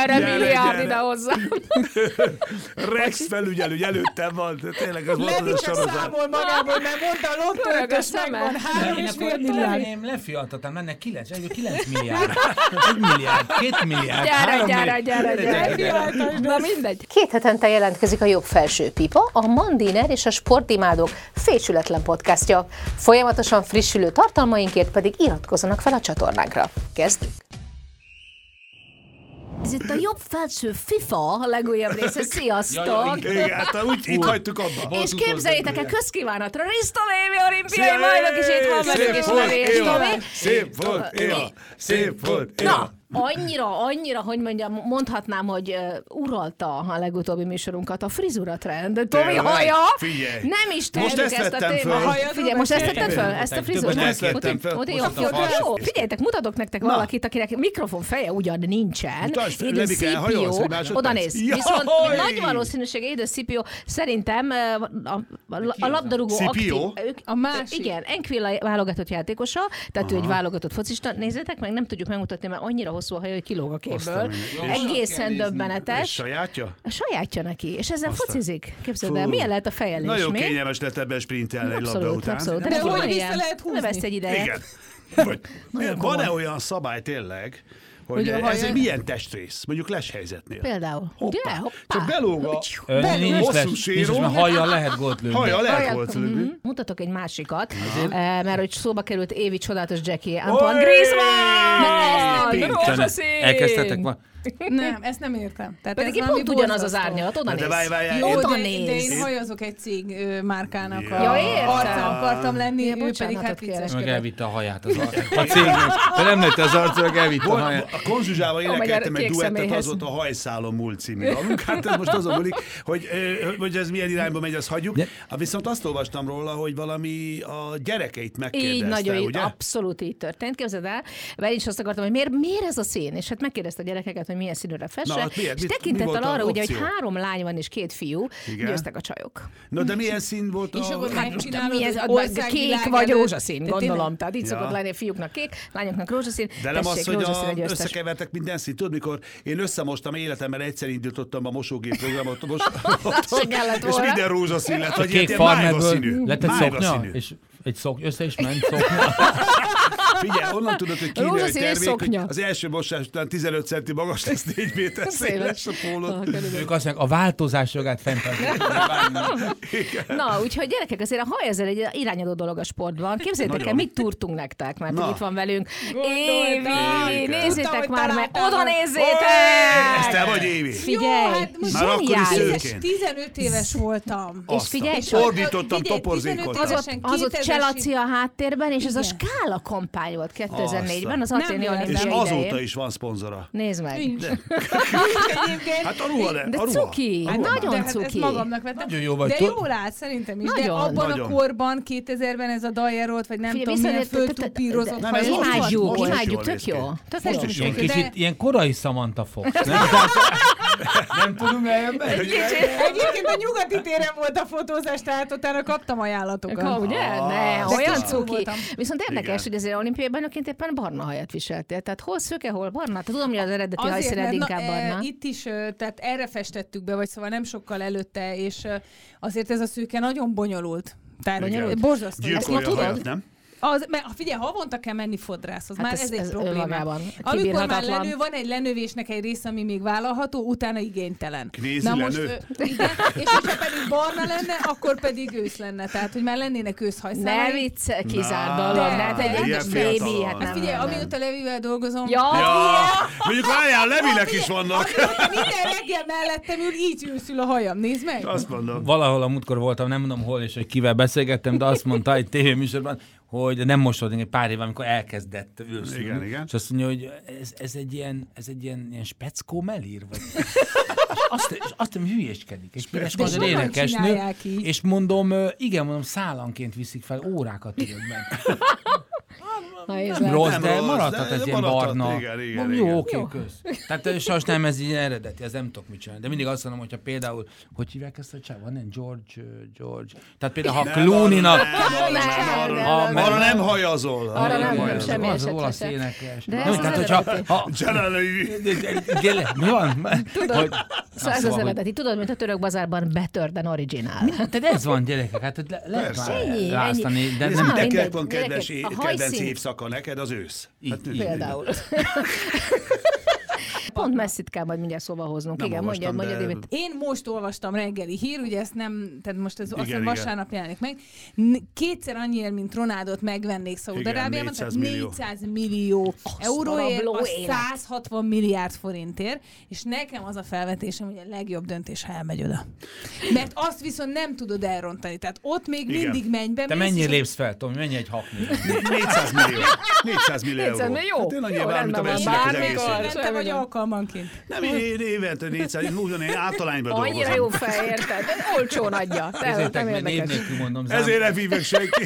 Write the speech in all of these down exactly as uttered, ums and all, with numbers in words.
Gyere, milliárd ide hozzá. Rex felügyelő előttem van, tényleg az volt az a sorozat. Számol magából, mert mondta a lottó megvan, három és fél milliárd. Én lefialtattam, mennek kilenc, kilenc milliárd, egy milliárd, két milliárd, gyere, gyere, gyere, gyere, gyere. Na mindegy. Két hetente jelentkezik a Jobb Felső Pipa, a Mandiner és a Sportimádók fésületlen podcastja. Folyamatosan frissülő tartalmainkért pedig iratkozzanak fel a csatornánkra. Kezdjük! Ez itt a Jobb Felső FIFA, a legújabb része. Sziasztok! Igen, hát úgy itt hagytuk abba. És képzeljétek el, közkívánatra, Risto Vévi olimpiai bajnok is itt van velünk, és Levés Tomi. Szép volt, Éva! Szép volt, Éva! Annyira, annyira, hogy mondjam, mondhatnám, hogy uh, uralta a legutóbbi műsorunkat a frizura trend. Tomi haja, figyelj. nem is most tudjuk ezt a témát. Figyelj, most ezt tettem föl, ezt a frizurát. Most ezt vettem föl. Jó, figyeljetek, mutatok nektek valakit, akinek mikrofon feje ugyan nincsen. Édes Szipió, oda néz. Viszont nagy valószínűség Édes Szipió szerintem a, a, a labdarúgó aktív. A másik. Igen, Enkvilla válogatott játékosa, tehát ő egy válogatott focista. Nézzétek meg, nem tudjuk megmutatni, mert annyira hosszú a haja, hogy kilóg a képből. Egészen döbbenetes. És sajátja? A sajátja neki, és ezzel focizik. Képzeld el, milyen lehet a fejelés? Nagyon kényelmes lett ebben sprintelni egy labda után. Abszolút, de hogy vissza lehet húzni? Ne vesz egy ideje. Igen. Van-e olyan szabály tényleg, hogy ez egy milyen testrész, mondjuk leshelyzetnél? Például. Hoppá. Ugye? Hoppá. Csak belóg a hosszú séron. Mert hajjal lehet gólt lőni. Hajjal lehet gólt lőni. Mutatok egy másikat, mert hogy szóba került Évi csodálatos Jackie, Antoine Griezmann! Rózsaszín! Elkezdtetek ma? Nem, ezt nem értem. Tehát pedig én pont ugyanaz az árnyalat, oda néz. Jó, de, de én hajazok egy cég márkának ja, a arca akartam lenni, ja, ő pedig hát vicceskedett. Meg elvitte a haját az a cégnek. De nem lett az arca, meg elvitte a haját. A Konzsuzsával énekeltem egy duettet, az volt a Hajszálon múlt című dalunk. Hát ez most azon múlik, hogy, hogy ez milyen irányba megy, azt hagyjuk. Viszont azt olvastam róla, hogy valami a gyerekeit megkérdezte, így, nagyon ugye? Így, abszolút így történt. Képzeld el, mert én is azt akartam, hogy miért, miért ez a szín? És hát megkérdezte a gyerekeket, hogy milyen színűre fessek. Na, hát miért, és tekintettel arra, ugye, hogy három lány van és két fiú, igen. Győztek a csajok. Na, de milyen szín volt a... És akkor megcsinálod, kék vagy rózsaszín, gondolom. Tehát így szokott lenni, fiúknak kék, lányoknak rózsaszín. De nem az, hogy összekevertek minden színt. Tudod, mikor én összemostam életemben, egyszer indítottam a mosógép programot, és minden rózsaszín lett, vagy kék farmerből lett egy szoknya, és egy szok, össze is ment szoknya. Figyelj, onnan tudod, hogy kínai termék, hogy az első mosás után tizenöt centi magas lesz, négy méter széles a pólót. Ők azt mondják, a változás jogát fenntartják. Na, úgyhogy gyerekek, azért a haj ezzel egy irányadó dolog a sportban. Képzeljétek el, mit túrtunk nektek, mert itt van velünk. Évi, nézzétek már meg, oda nézzétek! Ezt te vagy, Évi? Figyelj, már akkor is szőként. tizenöt éves voltam. És figyelj, fordítottam toporzékot. Az ott Cselaci a háttérben, és ez a Skála kampány volt kétezer-négyben, az Athéni olimpia és idején. azóta is van szponzora. Nézd meg. Hát a ruha, de a ruha. Cuki, hát nagyon de cuki. Hát magamnak vettem. Nagyon jó vagy. De jól állt szerintem is. Nagyon, de abban nagyon. a korban, kétezerben ez a Dajerolt, vagy nem tudom, milyen föltupírozott haj. Imádjuk, imádjuk, tök jó. Ilyen korai Samantha Fox. Nem tudom eljönni. Egyébként a nyugati téren volt a fotózás, tehát utána kaptam ajánlatokat. Ugye? Ne, olyan cuki. Viszont érdekes, hogy azért olimpiai bajnokként éppen barna hajat viseltél. Tehát hol szőke, hol barna? Tudom, hogy az eredeti hajszíned inkább barna. Itt is, tehát erre festettük be, vagy szóval nem sokkal előtte, és azért ez a szőke nagyon bonyolult. Tehát bonyolult. Borzasztó. Ezt ma tudod? Nem? Az, mert figyelj, havonta kell menni fodrászhoz, hát már ez, ez egy ez probléma. Amikor már lenő, van egy lenövésnek egy része, ami még vállalható, utána igénytelen. Knézi Na most, lenő? Igen, és ha pedig barna lenne, akkor pedig ősz lenne. Tehát, hogy már lennének őszhajszálai. Ne vicc, kizárt dolog. Ne, te egy baby, hát nem. Figyelj, amióta Levivel dolgozom. Ja, mondjuk rájál, Levinek is vannak. Minden reggel mellettem ül, így őszül a hajam. Nézd meg. Azt mondom. Valahol a múltkor voltam, nem mondom hol és hogy kivel beszélgettem, de azt mondta egy tévéműsorban, hogy nem most volt egy pár év, amikor elkezdett őszülni. Igen, igen. És azt mondja, hogy ez, ez egy ilyen, ez egy ilyen, ilyen speckó melír, vagy... Azt, és azt mondom, hülyéskedik. És Piros Magyar énekesnő. És mondom, igen, mondom, szállanként viszik fel, órákat ülök benne. Nem rossz, de maradhat ez ilyen barna. Jó, oké, kösz. Tehát sajnos nem ez ilyen eredeti, ez nem tudok mit csinálni. De mindig azt mondom, hogyha például, hogy hívják ezt a csávon? Nem, George, George. Tehát például, ha Clooney-nak... Arra nem hajazol. Arra nem, semmi az olasz énekes. De ez az eredeti. Mi van? Tudod, szóval ez az eredeti. Tudod, mint a török bazárban Betörden originál. Tehát ez van, gyerekek, hát lehet választani. De nem mindenkinek van kedvenc évszaka, neked az ősz. Például. Pont messzit kell majd mindjárt szóba hoznunk. Nem igen, mondjad, mondjad, de... Én most olvastam reggeli hír, ugye ezt nem, tehát most ez igen, azt hiszem vasárnap jelenik meg. Kétszer annyiért, mint Ronaldot megvennék Szaúd-Arábiában, tehát négyszáz millió euróért, a száz hatvan milliárd forintért, és nekem az a felvetésem, hogy a legjobb döntés, ha elmegy oda. Mert azt viszont nem tudod elrontani, tehát ott még igen. mindig mennybe. Te mennyire lépsz fel, Tomi, mennyi egy hakni? négyszáz millió. négyszáz millió euró. Jó, hát én annyira vártam esznek az egészet. Te vagy alkalmanként. Nem, én évente négyszáz, én általányban dolgozom. Annyira jó fej, érted? Olcsón adja. Ezért név nélkül mondom. Ezért nem hívek senki.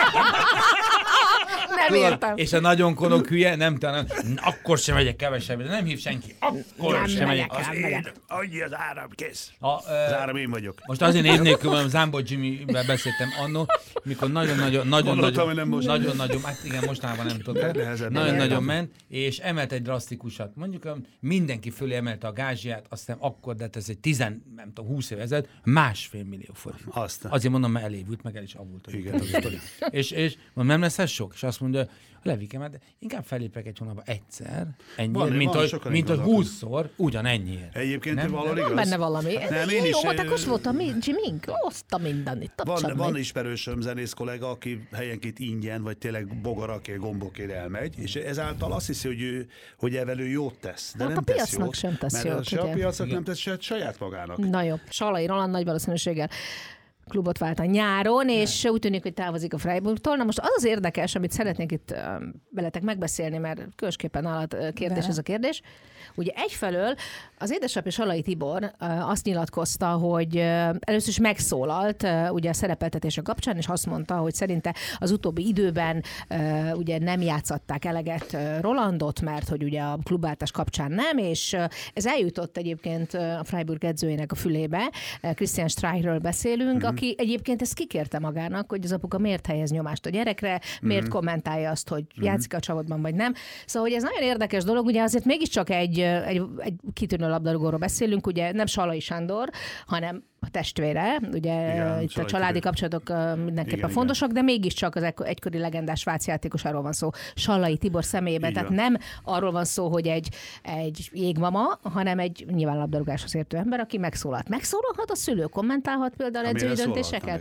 Nem értem. És a nagyon konok hülye, nem talán, akkor sem megyek kevesebb, de nem hív senki, akkor nem sem megyek. Az én, annyi az áram, kész. A, az áram én vagyok. Most azért név nélkül mondom, Zámbó Jimmy-vel beszéltem annó, mikor nagyon-nagyon, nagyon-nagyon, nagyon-nagyon, hát igen, mostanában nem tudom, nagyon-nagyon ment, és emelt egy drasztikusat. Mondjuk mindenki fölé emelte a gázsiát, aztán akkor, de ez egy tizen, nem tudom, húsz év ezelőtt, másfél millió forint. Aztán. Azért mondom, mert elévült, meg el is avult. Igen, és, és mondom, nem lesz ez sok? És azt mondja, Levike, mert inkább fellépek egy hónapban egyszer, ennyi, van, mint, van, hogy, mint hogy húszszor, ugyanennyiért. Egyébként nem, valami igaz? Van benne valami. Nem, én is. Jó, matekos voltam, mi, Jimink, oszta mindenit. Van, van ismerősöm zenész kollega, aki helyenként ingyen, vagy tényleg bogarakért, gombokért elmegy, és ezáltal azt hiszi, hogy, ő, hogy evel ő jót tesz. De hát nem a piacnak jót, sem tesz mert jót. Se a piacnak nem tesz saját magának. Na jó, Salai Roland nagy valószínűséggel klubot vált a nyáron, és úgy tűnik, hogy távozik a Freiburgtól. Na most az az érdekes, amit szeretnék itt veletek megbeszélni, mert különösképpen állat kérdés ez a kérdés. Ugye egyfelől az édesapja Salai Tibor azt nyilatkozta, hogy először is megszólalt ugye a szerepeltetése kapcsán, és azt mondta, hogy szerinte az utóbbi időben ugye nem játszatták eleget Rolandot, mert hogy ugye a klubváltás kapcsán nem, és ez eljutott egyébként a Freiburg edzőjének a fülébe. Christian Streichről beszélünk, mm-hmm. aki egyébként ezt kikérte magának, hogy az apuka miért helyez nyomást a gyerekre, miért mm-hmm. kommentálja azt, hogy mm-hmm. játszik a csapatban, vagy nem. Szóval, hogy ez nagyon érdekes dolog, ugye azért mégiscsak egy, egy, egy kitűnő labdarúgóról beszélünk, ugye nem Salai Sándor, hanem a testvére, ugye igen, itt a családi kapcsolatok mindenképpen igen, fontosak, igen. de mégiscsak az egykori legendás svájc játékosáról van szó, Salai Tibor személyében, tehát nem arról van szó, hogy egy, egy jégmama, hanem egy nyilván labdarúgáshoz értő ember, aki megszólalt. Megszólalhat a szülő, kommentálhat például edzői döntéseket?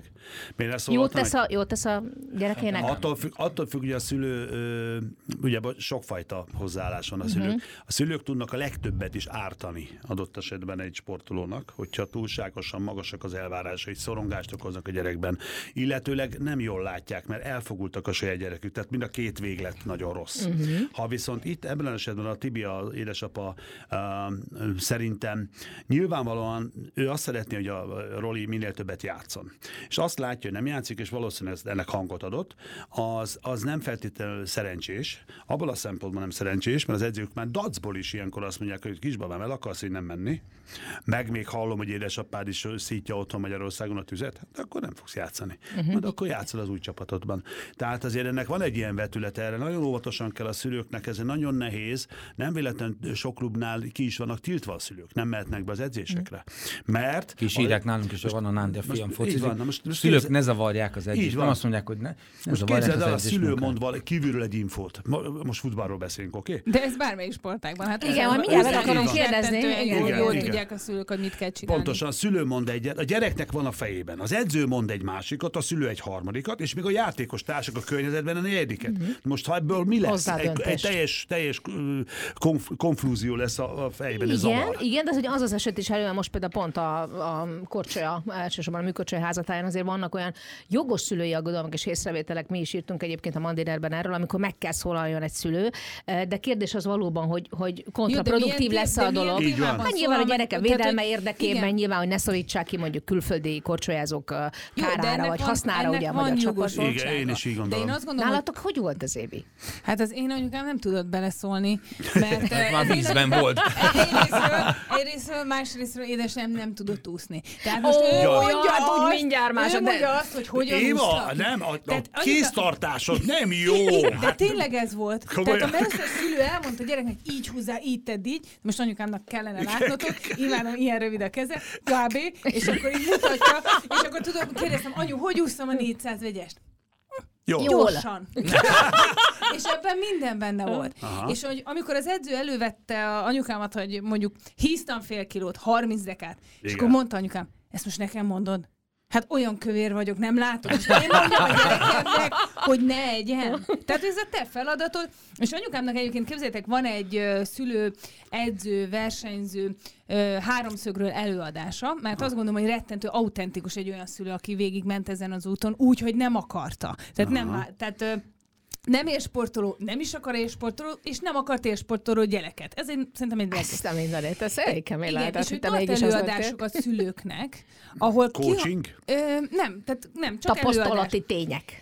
Jót tesz, a, jót tesz a gyerekének? Attól függ, attól függ, hogy a szülő, ugye sokfajta hozzáállás van a szülők. Uh-huh. A szülők tudnak a legtöbbet is ártani adott esetben egy sportolónak, hogyha túlságosan magasak az elvárásai, szorongást okoznak a gyerekben, illetőleg nem jól látják, mert elfogultak a saját gyerekük, tehát mind a két véglet nagyon rossz. Uh-huh. Ha viszont itt ebben az esetben a Tibi, az édesapa uh, szerintem nyilvánvalóan ő azt szeretné, hogy a Roli minél többet játszon. És azt látja, hogy nem játszik, és valószínűleg ennek hangot adott, az, az nem feltétlenül szerencsés. Abból a szempontból nem szerencsés, mert az edzők már dacból is ilyenkor azt mondják, hogy kisbabám, el akarsz innen menni, meg még hallom, hogy édesapád is szítja otthon Magyarországon a tüzet, hát akkor nem fogsz játszani. Uh-huh. Majd akkor játszol az új csapatodban. Tehát azért ennek van egy ilyen vetülete, erre nagyon óvatosan kell a szülőknek, ez nagyon nehéz, nem véletlenül sok klubnál ki is vannak tiltva a szülők, nem mehetnek be az edzésekre. Mert... Kis írják nálunk is, hogy van a Nándi a fiam focizik. Szülők ne zavarják az edzést, nem azt mondják, hogy ne, ne zavarják az edzést. A szülő mond val- kívülről egy infót. Most futballról beszélünk, oké? Okay? De ez bármelyik sportágban. Hát igen, majd mindjárt akarom kérdezni. Jól tudják a szülők, hogy mit kell csinálni. Pontosan, a szülő mond egyet, a gyereknek van a fejében. Az edző mond egy másikat, a szülő egy harmadikat, és még a játékos társak a környezetben a negyediket. Mm-hmm. Most ha ebből mi lesz? Egy, egy teljes, teljes konf, konflúzió lesz a, a fejben. Ez igen, zavar. igen, de hogy az az eset is elően most például pont a, a Korcsolya, elsősorban a Műkorcsolya házatáján azért vannak olyan jogos szülői aggodalmak és észrevételek, mi is írtunk egyébként a Mandinerben erről, amikor meg kell szólaljon egy szülő, de kérdés az valóban, hogy, hogy kontraproduktív lesz a dolog. Hát nyilván a gyereke védelme érdekében, nyilván, hogy ne szorítsák juttassák ki mondjuk külföldi korcsolyázók kárára, vagy van, hasznára ugye a magyar csapat. Igen, én is így gondolom. De én azt gondolom, nálatok hogy volt az Évi? Hát az én anyukám nem tudott beleszólni, mert... hát már vízben volt. Egyrésztről, egyrészről, másrészről édesem nem tudott úszni. Tehát most oh, ő mondjad úgy mindjárt másod. Ő mondja azt, hogy hogyan Éva, nem, a, a kéztartásod nem jó. De hát, tényleg ez volt. Komolyan. Tehát a először szülő elmondta a gyereknek, így húzzá, így tedd így. Most anyukámnak kellene látnotok, imádom, ilyen rövid a keze, kb. És akkor így mutatja, és akkor tudom, kérdeztem, anyu, hogy ússzam a négyszáz vegyest? Jól. Gyorsan. És ebben minden benne volt. Aha. És hogy amikor az edző elővette a anyukámat, hogy mondjuk híztam fél kilót, harminc dekát, és akkor mondta anyukám, ezt most nekem mondod? Hát olyan kövér vagyok, nem látod? És én mondjam a gyerekemnek, hogy ne egyen. Tehát ez a te feladatod. És anyukámnak egyébként képzeljétek, van egy uh, szülő, edző, versenyző uh, háromszögről előadása, mert azt gondolom, hogy rettentő autentikus egy olyan szülő, aki végigment ezen az úton, úgy, hogy nem akarta. Tehát Aha. nem... Tehát, uh, nem élsportoló, nem is akar élsportoló, és nem akart élsportoló gyereket. Ez egy, szerintem egy legjobb. Ezt nem mindenét, ez elég kemény lehet. És hogy tart előadásokat szülőknek, ahol... Coaching? Ki, ö, nem, tehát nem, csak tapasztalati előadás. tények.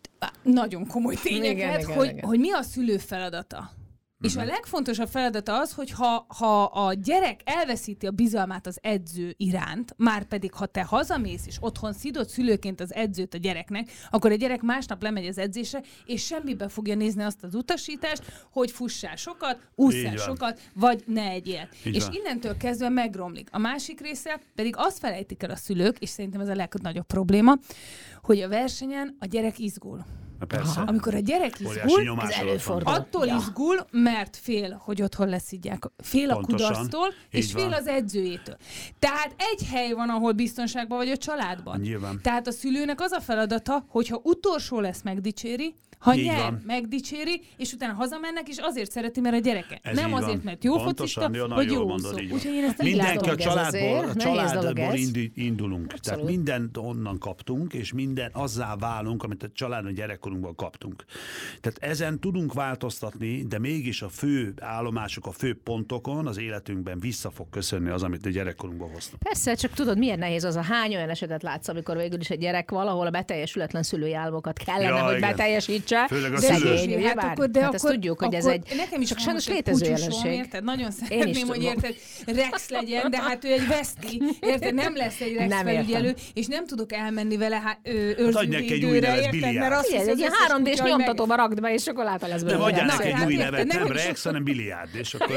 Nagyon komoly tényeket, igen, igen, hogy, igen. hogy mi a szülő feladata. És a legfontosabb feladata az, hogy ha, ha a gyerek elveszíti a bizalmát az edző iránt, már pedig ha te hazamész és otthon szidod szülőként az edzőt a gyereknek, akkor a gyerek másnap lemegy az edzésre, és semmibe fogja nézni azt az utasítást, hogy fussál sokat, ússzál sokat, vagy ne egyél. Így és van. Innentől kezdve megromlik. A másik része pedig azt felejtik el a szülők, és szerintem ez a legnagyobb probléma, hogy a versenyen a gyerek izgul. Persze. Amikor a gyerek izgul, attól ja. izgul, mert fél, hogy otthon leszidják. Fél Pontosan. a kudarctól, és fél van. az edzőjétől. Tehát egy hely van, ahol biztonságban vagy a családban. Nyilván. Tehát a szülőnek az a feladata, hogyha utolsó lesz, megdicséri, ha Így nyer, van. megdicséri, és utána hazamennek, és azért szereti, mert a gyereke. Ez Nem azért, van. mert jó focista, vagy jó úszó. Úgyhogy én ezt Mindenki a családból, a családból indulunk. Abszolút. Tehát mindent onnan kaptunk, és minden azzá válunk, amit a családban gyerekkorunkban kaptunk. Tehát ezen tudunk változtatni, de mégis a fő állomások, a fő pontokon az életünkben vissza fog köszönni az, amit a gyerekkorunkban hoztunk. Persze, csak tudod, milyen nehéz az a hány olyan esetet látsz, amikor végül is egy gyerek valahol a beteljesületlen szülői álmokat kellene, ja, hogy igen. beteljesítse. Főleg a szegény, hát akkor, de hát akkor, ezt tudjuk, hogy ez egy nekem is csak sajnos létező jelenség. Érted? Nagyon szeretném, hogy érted, Rex legyen, de hát ő egy veszti, érted? Nem lesz egy Rex felügyelő, és nem tudok elmenni vele őrzőidőre, érted? Mert azt hiszem, egy ilyen három dés nyomtatóba rakd be, és akkor által lesz belőle. De adják egy új nevet, nem Rex, hanem biliárd, és akkor...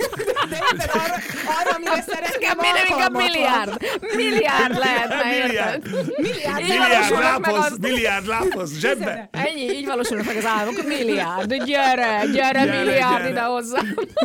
De érted, arra, amire szeretném alkalmat milliárd. Milliárd lehetne, érted? Milliárd. Milliárd lábhoz, zsebbe. Ennyi, így valósulnak meg az álmok. Milliárd, gyere, gyere, milliárd ide hozzá.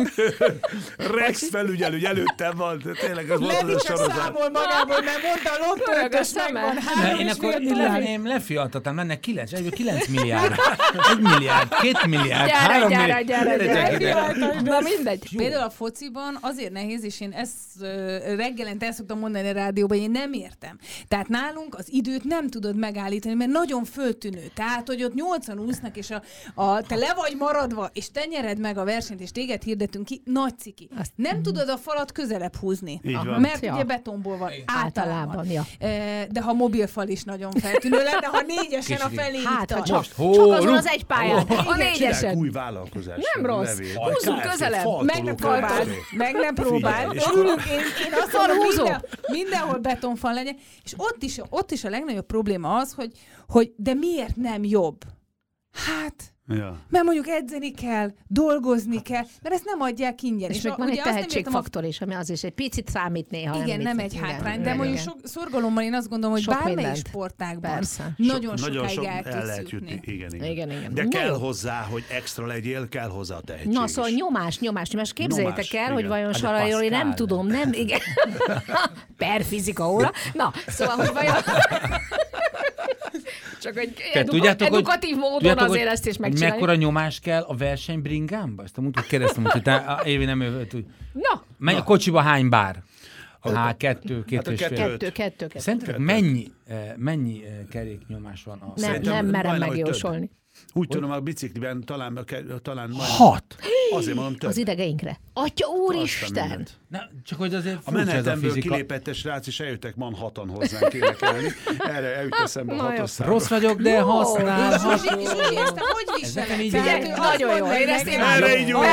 Rex felügyelő előttem van, tényleg az volt az a sorozat. Le számol magából, mert mondta a lottóötös megvan. Én akkor én lefiatattam, lenne kilenc, egyből kilenc milliárd. Egy milliárd, két milliárd, három milliárd. Gyere, gyere, gyere. Na mindegy. Például a fociban azért nehéz, és én ezt reggelente el szoktam mondani a rádióban, én nem értem. Tehát nálunk az időt nem tudod megállítani, mert nagyon föltűnő. Tehát, hogy ott nyolcan úsznak, és a, a, te le vagy maradva, és te nyered meg a versenyt, és téged hirdetünk ki, nagy ciki. Azt nem mm. tudod a falat közelebb húzni. Mert ja. ugye betonból van. Általában. Általában ja. De ha mobilfal is nagyon feltűnő lenne, ha négyesen a felé hát, itt csak, csak azon az egy pályán. A négyesen. Új vállalkozás. Nem rossz. Húzzunk közelebb. Meg nem próbáld. Meg nem próbáld. Én azt mondom, mindenhol betonfal legyen. És ott is, ott is a legnagyobb probléma az, hogy, hogy de miért nem jobb? Hát, ja. mert mondjuk edzeni kell, dolgozni kell, mert ezt nem adják ingyen. És, és még van egy tehetségfaktor is, ami az is egy picit számít néha. Igen, nem, nem egy igen, hátrány, de mondjuk sok szorgalommal én azt gondolom, hogy sok bármely mindent. sportágban Persze. nagyon sok, sokáig sok el, el lehet jutni. Igen, igen. Igen, igen. De no. kell hozzá, hogy extra legyél, kell hozzá a tehetség. Na, szóval nyomás, nyomás, nyomás. Képzeljétek el, hogy vajon Sarajról, én nem tudom, nem, igen. Per fizika óra. Na, szóval, hogy vajon... Csak egy edu- tudjátok, edukatív hogy, módon tudjátok, azért ezt is megcsinálni. Mekkora nyomás kell a versenybringámba? Ezt a múltkor kérdeztem, hogy te Évi nem jövőt. Na. Menj a kocsiba hány bár? Há, kettő, két és fél. Kettő, kettő. Szerinted mennyi, mennyi keréknyomás van? A nem, nem merem megjósolni. Úgy tudom, a bicikliben talán, talán majd... Hat! Azért mondom több. Az idegeinkre. Atya úristen! Na, csak hogy azért a menetemből kilépett srác is eljöttek Manhattan hozzánk énekelni. Erre eljut eszembe a hatosszámra. Rossz vagyok, de használható. És úgy éreztem, hogy viselek. Nagyon jó. Én ezt imádom.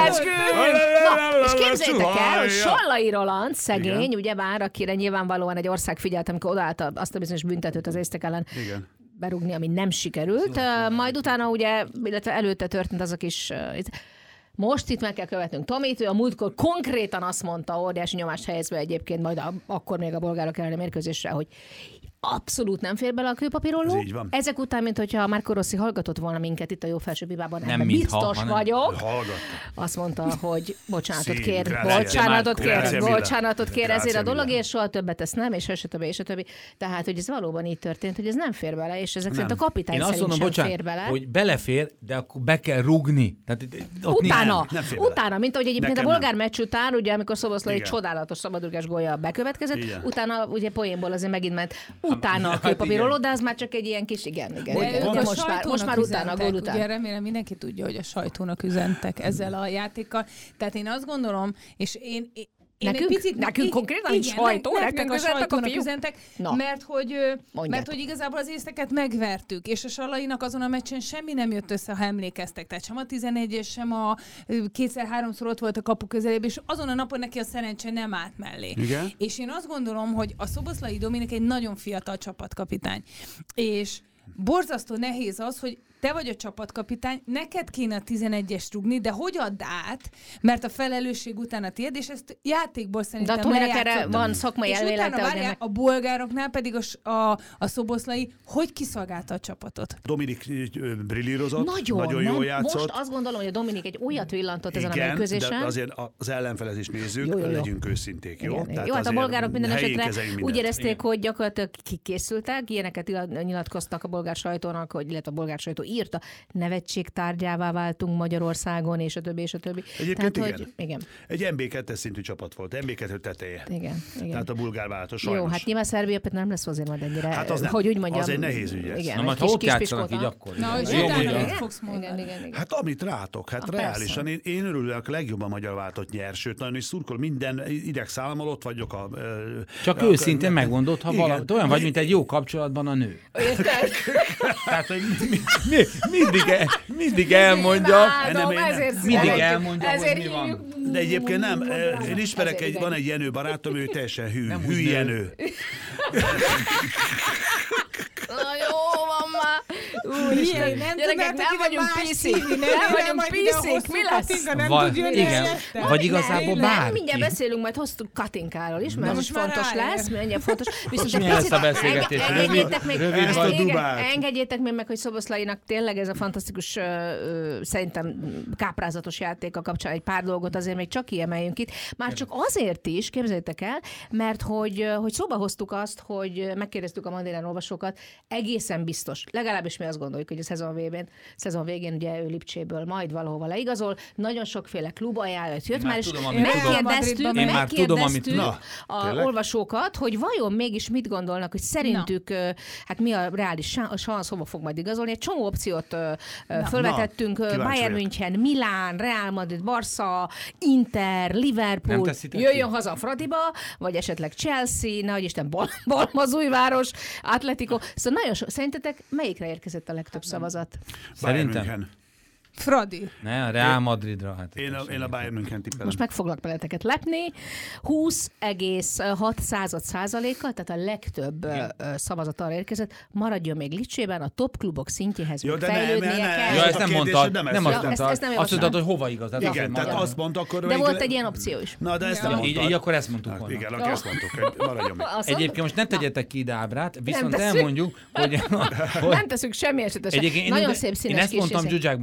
És képzeljétek el, hogy Sallai Roland, szegény, ugyebár, akire nyilvánvalóan egy ország figyelt, amikor odaállta azt a bizonyos büntetőt az észtek ellen. Igen. Berúgni, ami nem sikerült. Majd utána ugye, illetve előtte történt az a kis... Most itt meg kell követnünk Tomit, ő a múltkor konkrétan azt mondta, óriási nyomást helyezve egyébként majd a, akkor még a bolgárok elleni mérkőzésre, hogy abszolút nem fér bele a kőpapírolló. Ezek után, mint hogyha Marco Rossi hallgatott volna minket itt a Jó Felső Bibában, nem biztos ha, vagyok. Azt mondta, hogy bocsánatot kér, bocsánatot kér, bocsánatot kér ezért a dolog, és soha többet ezt nem, és se többi, és többi. Tehát, hogy ez valóban így történt, hogy ez nem fér bele, és ezek szerint a kapitány szerint sem bocsánat, fér bele. Hogy belefér, de akkor be kell rugni. Tehát, utána, nem, nem utána, mint ahogy egyébként nekem a bolgár meccs után, ugye, amikor Szoboszlai egy csodálatos szabadrugás gólja bekövetkezett, igen. Utána ugye poénból azért megint ment utána a kőpapírolló, de az már csak egy ilyen kis, igen, igen. De igen. Most, már, most már utána, a gól után. Ugye remélem mindenki tudja, hogy a sajtónak üzentek ezzel a játékkal. Tehát én azt gondolom, és én, én Nekünk? Picit, nekünk konkrétan igen, sajtó, ne, nektek a sajtónak üzentek, no. mert, hogy, mert hogy igazából az észteket megvertük, és a Sallainak azon a meccsen semmi nem jött össze, ha emlékeztek. Tehát sem a tizenegyes, sem a kétszer-háromszor ott volt a kapu közelében, és azon a napon neki a szerencse nem állt mellé. Igen? És én azt gondolom, hogy a Szoboszlai Dominik egy nagyon fiatal csapatkapitány. És borzasztó nehéz az, hogy te vagy a csapatkapitány, neked kéne a tizenegyest rúgni, de hogy add át, mert a felelősség után a tiéd, és ezt játékból szerintem de erre van szakmai elmélete. És utána a bolgároknál pedig a, a, a Szoboszlai hogy kiszolgálta a csapatot? Dominik brillírozott, nagyon, nagyon jól játszott. Most azt gondolom, hogy a Dominik egy olyat villantott ezen a mérkőzésen. Igen, de azért az ellenfelet is nézzük, jó, jó, jó. Legyünk őszinték, jó? Igen, jó, hát a bolgárok minden esetre úgy érezték, igen. hogy gyakorlatilag kikészültek, ilyeneket nyilatkoztak a bolgár sajtónak, hogy, illetve a bolgár sajtó írta, nevetség tárgyává váltunk Magyarországon, és a többi, és a többi. Egyébként Tehát, igen. Hogy, igen. Egy em bé kettes szintű csapat volt, em bé kettő teteje. Igen, igen. Tehát a bulgár változat sajnos. Jó, hát nyilván Szerbia például nem lesz azért majd ennyire, hát az nem. hogy úgy mondjam. Az egy nehéz ügy ez. Igen, na majd ha ott játszanak így akkor. Na, hogy utána mit fogsz mondani? Igen, igen, igen. Hát amit rátok, hát a reálisan. Én, én örülök, a legjobb a magyar váltott nyer, sőt, nagyon is szurkol, minden idegszámmal ott vagyok. A, csak a, őszintén a, megmondod, ha valami, olyan vagy, mint egy jó kapcsolatban a nő. Érted? Tehát, hogy mi, mi, mindig, mindig elmondja. Imádom, ezért mindig elmondja, hogy mi van. De egyébként nem, én ismerek, egy, van egy Jenő barátom, ő teljesen hű, hű Jenő. Na jó van már. Úristen, nem gyerekek, nem vagyunk piszik, nem vagyunk piszik, mi lesz? Vagy, igen, vagy igazából bárki. Mindjárt beszélünk majd hosszú Katinkáról is, mert most fontos lesz, mindjárt fontos. Viszont mi lesz a beszélgetés? Engedjétek még, engedjétek még meg, hogy Szoboszlainak tényleg ez a fantasztikus, szerintem káprázatos játéka kapcsán egy pár dolgot azért még csak kiemeljünk itt. Már csak azért is, képzeljétek el, mert hogy, hogy szóba hoztuk azt, hogy megkérdeztük a Mandinán olvasókat, egészen biztos, legalábbis mi azt gondoljuk, hogy a szezon végén, szezon végén ugye ő Lipcséből majd valahova leigazol, nagyon sokféle klub ajánlat jött, már és megkérdeztük, megkérdeztük a olvasókat, hogy vajon mégis mit gondolnak, hogy szerintük, na. hát mi a reális szansz, hova fog majd igazolni. Egy csomó opciót na. fölvetettünk, na. Bayern München, Milán, Real Madrid, Barca, Inter, Liverpool, jöjjön haza Fradiba, vagy esetleg Chelsea, nehogy Isten, Balmazújváros, Atletico. Szóval nagyon so, szerintetek melyikre érkezett a legtöbb szavazat? Szerintem. Fradi. Ne, a Real Madridra. Hát én, a, én a Bayern München tippelem. Most meg foglak beleteket lepni. húsz egész hat százalékkal, tehát a legtöbb igen. szavazat arra érkezett, maradjon még Lipcsében, a top klubok szintjéhez még fejlődnie ne, ne, kell. Ja, ezt nem mondtad. Nem, nem azt ja, ezt, ezt nem azt mondtad, hogy hova igaz. Igen, igen tehát mondja. Azt mondta, akkor... De volt egy ilyen opció is. Na, de ezt nem mondtad. Így akkor ezt mondtuk volna. Igen, akkor ezt mondtuk, maradjon még. Egyébként most ne tegyetek ki ide ábrát, viszont elmondjuk, hogy... Nem teszünk semmi esetesen. Nagyon szép színes Én ezt mondtam Zsuzsák Balázsnál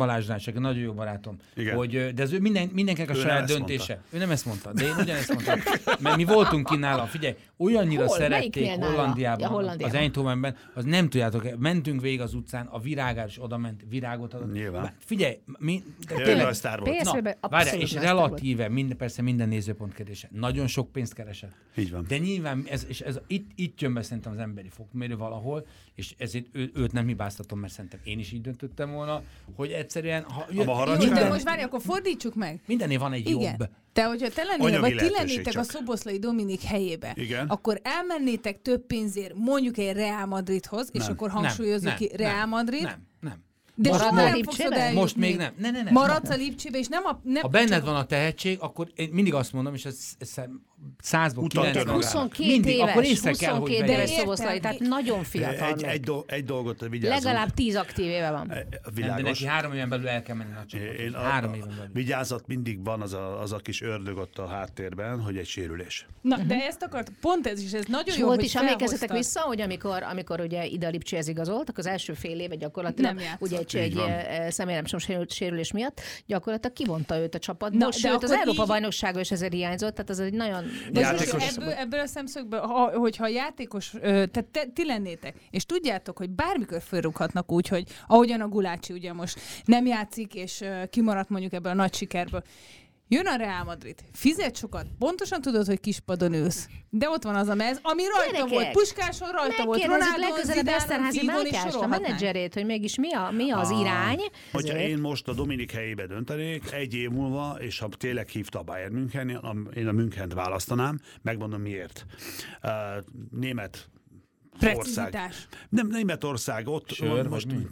Tamás, aki nagyon jó barátom, hogy, de ez ő minden, mindenkinek a ő saját döntése. Mondta. Ő nem ezt mondta, de én ugyanezt mondtam. Mert mi voltunk ki nála, figyelj, olyannyira Hol? szerették Hollandiában, ja, Hollandiában, az Eindhovenben, az nem tudjátok, mentünk végig az utcán, a virágár is oda ment, virágot adott. Nyilván. Figyelj, mi... Tényleg a sztár volt. Na, várjál, és relatíve, minden, persze minden nézőpont kérdése. Nagyon sok pénzt keresett. Így van. De nyilván, ez, és ez, itt, itt jön be szerintem az emberi fokmérő valahol, és ezért ő, őt nem hibáztatom, mert szerintem én is így döntöttem volna, hogy egyszerűen... Ha, jön, jó, de most várj, akkor fordítsuk meg. Mindennél van egy Igen. jobb. Te, hogyha te lennél, vagy ti lennétek a Szoboszlai Dominik helyébe, Igen. akkor elmennétek több pénzért mondjuk egy Real Madridhoz, nem. és akkor hangsúlyozok nem, ki Real Madrid. Nem, nem. De most, soha nem fogsz oda eljutni. Most még nem. Ne, ne, ne. Maradsz a Lipcsébe, és nem a... Nem ha benned csak... van a tehetség, akkor én mindig azt mondom, és ez, ez százból kilencven. huszonkét éves, huszonkét éves Szoboszlai, tehát nagyon fiatal. Egy, egy, do, egy dolgot vigyázzunk. Legalább tíz aktív éve van. Nem, de neki három éven belül el kell menni a csapatot. Három éven belül. Vigyázat, mindig van az a, az a kis ördög ott a háttérben, hogy egy sérülés. Na, de ezt akart, pont ez is, ez nagyon jó, volt is, emlékezzetek vissza, hogy amikor, amikor ugye ide a Lipcséhez igazolt, akkor az első fél éve gyakorlatilag ugye egy személyem sérülés miatt, gyakorlatilag kivonta őt a csapatból, sőt az Európa-bajnoksága is ezért hiányzott, tehát ez egy nagyon... Ebből, ebből a szemszögből, ha, hogyha játékos, tehát te, ti lennétek, és tudjátok, hogy bármikor fölrúghatnak úgy, hogy ahogyan a Gulácsi ugye most nem játszik, és kimaradt mondjuk ebből a nagy sikerből. Jön a Real Madrid, fizet sokat, pontosan tudod, hogy kispadon ülsz. De ott van az a mez, ami rajta Gyerekek, volt, Puskáson rajta volt, Ronaldo, Zidane, Figón és a menedzserét, hogy mégis mi, a, mi az a, irány. Hogyha én most a Dominik helyébe döntenék, egy év múlva, és ha tényleg hívta a Bayern München, én a Münchent választanám, megmondom miért. Uh, német Precizitás. Nem, Németország, ott Sör, most... nem,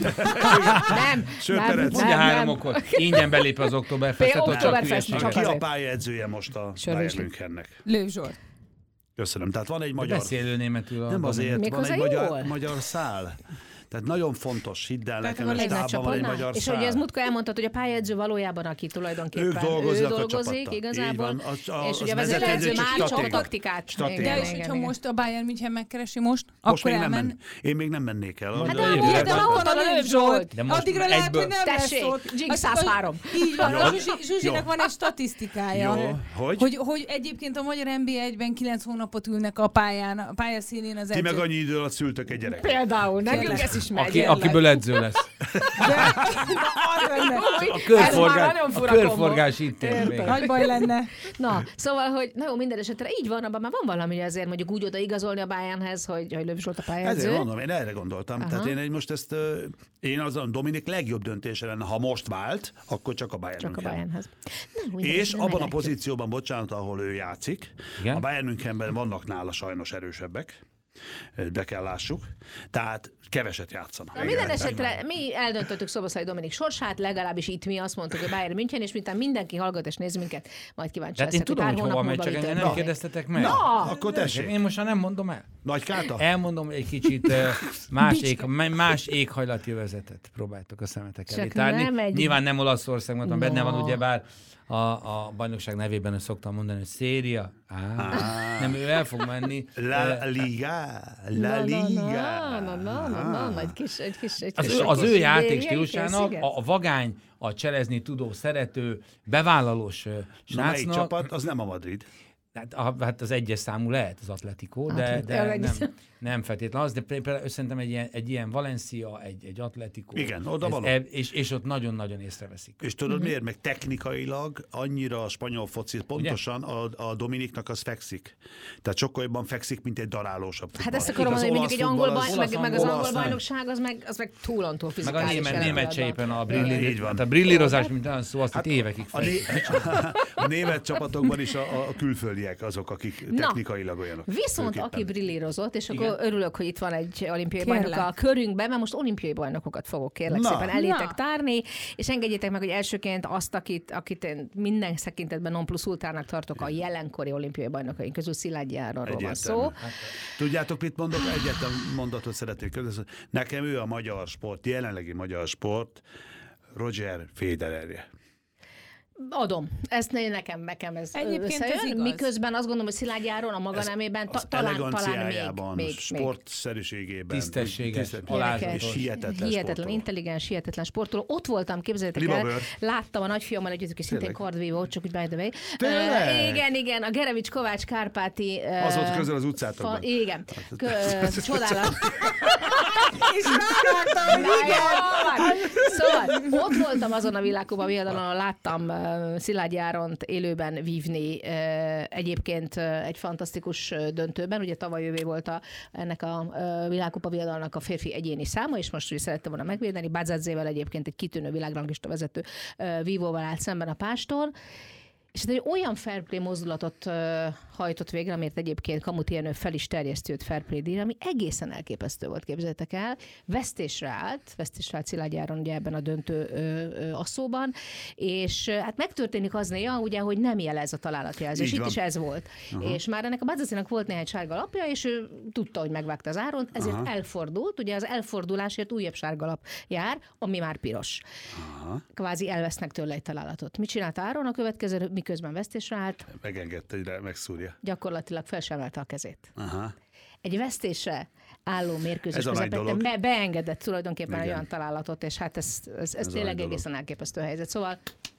Sörterec. Mondja három okot. Ingyen belép az Oktoberfestet. Ki a pályaedzője most a Bayern Münchennek? Lőv Zsolt. Köszönöm. Tehát van egy magyar... Beszélő németül. Nem azért, van egy magyar, magyar szál. Tehát nagyon fontos, hidd el nekem, hogy stában van egy magyar és szál. hogy ez múltkor elmondtad, hogy a pályaedző valójában, aki tulajdonképpen ők dolgoznak ő dolgozik igazából, az, a, és ugye a vezetőedző már csak a taktikát. De és hogyha most a Bayern München megkeresi most, most akkor elmen... Men... Én még nem mennék el. Hát de, de ahol van a Lőv Zsolt, addigra lehet, hogy nem lesz ott. Tessék, száz három. Így van, a Zsuzsinak van egy statisztikája, hogy egyébként a magyar en bé egyben kilenc hónapot ülnek a pályán, a pályaszínén az edzők. Ti meg annyi idő alatt szültök egy gyereket. Például, nekünk ez is megy. Akiből edző lesz. A körforgás, a körforgás itt ér. Nagy baj lenne. Na, szóval, hogy na jó, minden esetre így van, abban már van valami azért mondjuk úgy oda igazolni a Bayernhez, hogy, hogy Lőv Zsolt a pályáző. Ezért mondom, én erre gondoltam. Aha. Tehát én most ezt, én azon Dominik legjobb döntése lenne, ha most vált, akkor csak a Bayern Csak München. a Bayernhez. Na, és abban a pozícióban, bocsánat, ahol ő játszik, igen? A Bayern Münchenben vannak nála sajnos erősebbek, de kell lássuk. Tehát keveset játszanak. Na, minden esetre mi eldöntöttük Szoboszlai Dominik sorsát, legalábbis itt mi azt mondtuk, hogy Bayern München, és miután mindenki hallgat és néz minket, majd kíváncsi leszek, hogy pár hónap múlva mit engem nem kérdeztetek meg. Na, akkor tessék. Én most nem mondom el. Nagy káta? Elmondom egy kicsit más, ég, más éghajlatjövezetet próbáltok a szemetek elé tárni. Egy... Nyilván nem Olaszország, mondtam, no. Benne van ugyebár a, a bajnokság nevében is szoktam mondani, hogy Széria. Ah, ah. Nem, ő el fog menni. La Liga. La Liga. Na, na, na, na, nagy kis, egy kis, egy az, kis, ő, az ő játék stílusának, a, a vagány, a cselezni tudó, szerető, bevállalós srácnak. Na, melyik csapat? Az nem a Madrid. Hát, a, hát az egyes számú lehet az Atletico, de, de nem, nem feltétlenül az, de például szerintem egy ilyen, egy ilyen Valencia, egy, egy Atletico. Igen, oda való. Ez, és, és ott nagyon-nagyon észreveszik. És tudod uh-huh. miért? Meg technikailag annyira a spanyol foci, pontosan a, a Dominiknak az fekszik. Tehát sokkal jobban fekszik, mint egy darálósabb futball. Hát ezt akarom mondani, hogy mondjuk egy angol baj, meg, meg az angol bajnokság, az meg, az meg túlontúl fizikális. Meg a német, német se éppen a brilli, a brillírozás, mint olyan szó, azt hát itt évekig a, a, a német csapatokban is a, a külföldiek azok, akik technikailag olyanok. Viszont aki brillírozott, és akkor örülök, hogy itt van egy olimpiai bajnok a körünkben, mert most olimpiai bajnokokat fogok kérlek na, szépen elétek na. tárni, és engedjétek meg, hogy elsőként azt, akit, akit én minden szekintetben non plus ultrának tartok, a jelenkori olimpiai bajnokaink közül Szilágyi Áronról van szó. Hát, tudjátok, mit mondok? Egyetlen mondatot szeretnék közözni. Nekem ő a magyar sport, jelenlegi magyar sport Roger Federerje. Adom. Ezt nekem, nekem ez összejön. Miközben azt gondolom, hogy Szilágy Áron a maga nemében ta, talán, talán még, még, sportszerűségében. Tisztességes, és hihetetlen Hihetetlen, intelligens, hihetetlen sportoló. Ott voltam, képzeljétek el, láttam a nagyfiammal együtt, aki szintén kardvívó, csak úgy by the way. Uh, igen, igen, a Gerevics Kovács Kárpáti. Uh, az volt közel az utcátokban. Fa, igen. Csodálat. És ráadtam, Szóval ott voltam azon a világkupa viadalon, láttam uh, Szilágy Áront élőben vívni uh, egyébként uh, egy fantasztikus döntőben. Ugye tavaly jövő volt a, ennek a uh, világkupa viadalnak a férfi egyéni száma, és most ugye szerettem volna megvédeni. Badzadzével egyébként egy kitűnő világranglista vezető uh, vívóval állt szemben a Pástor. És egy olyan fair play mozdulatot uh, hajtott végre, amit egyébként Kamuti Jenő fel is terjesztő fair play díjra, ami egészen elképesztő volt, képzeljétek el. Vesztésre állt, vesztésre állt Szilágy Áron ugye ebben a döntő ö, ö, asszóban, és uh, hát megtörténik az néha, ugye, hogy nem jelez a találatjelzés. Itt is ez volt. Uh-huh. És már ennek a Badzazinak volt néhány sárga lapja, és ő tudta, hogy megvágta az Áront, ezért uh-huh. elfordult. Ugye az elfordulásért újabb sárga lap jár, ami már piros. Uh-huh. Kvázi elvesznek tőle egy találatot. Mit csinált Áron a következő, miközben vesztésre állt? Megengedte, hogy megszúrja. Gyakorlatilag fel sem emelte a kezét. Aha. Egy vesztésre álló mérkőzés közepette be, beengedett tulajdonképpen igen. olyan találatot, és hát ez, ez, ez tényleg egészen elképesztő helyzet. Szóval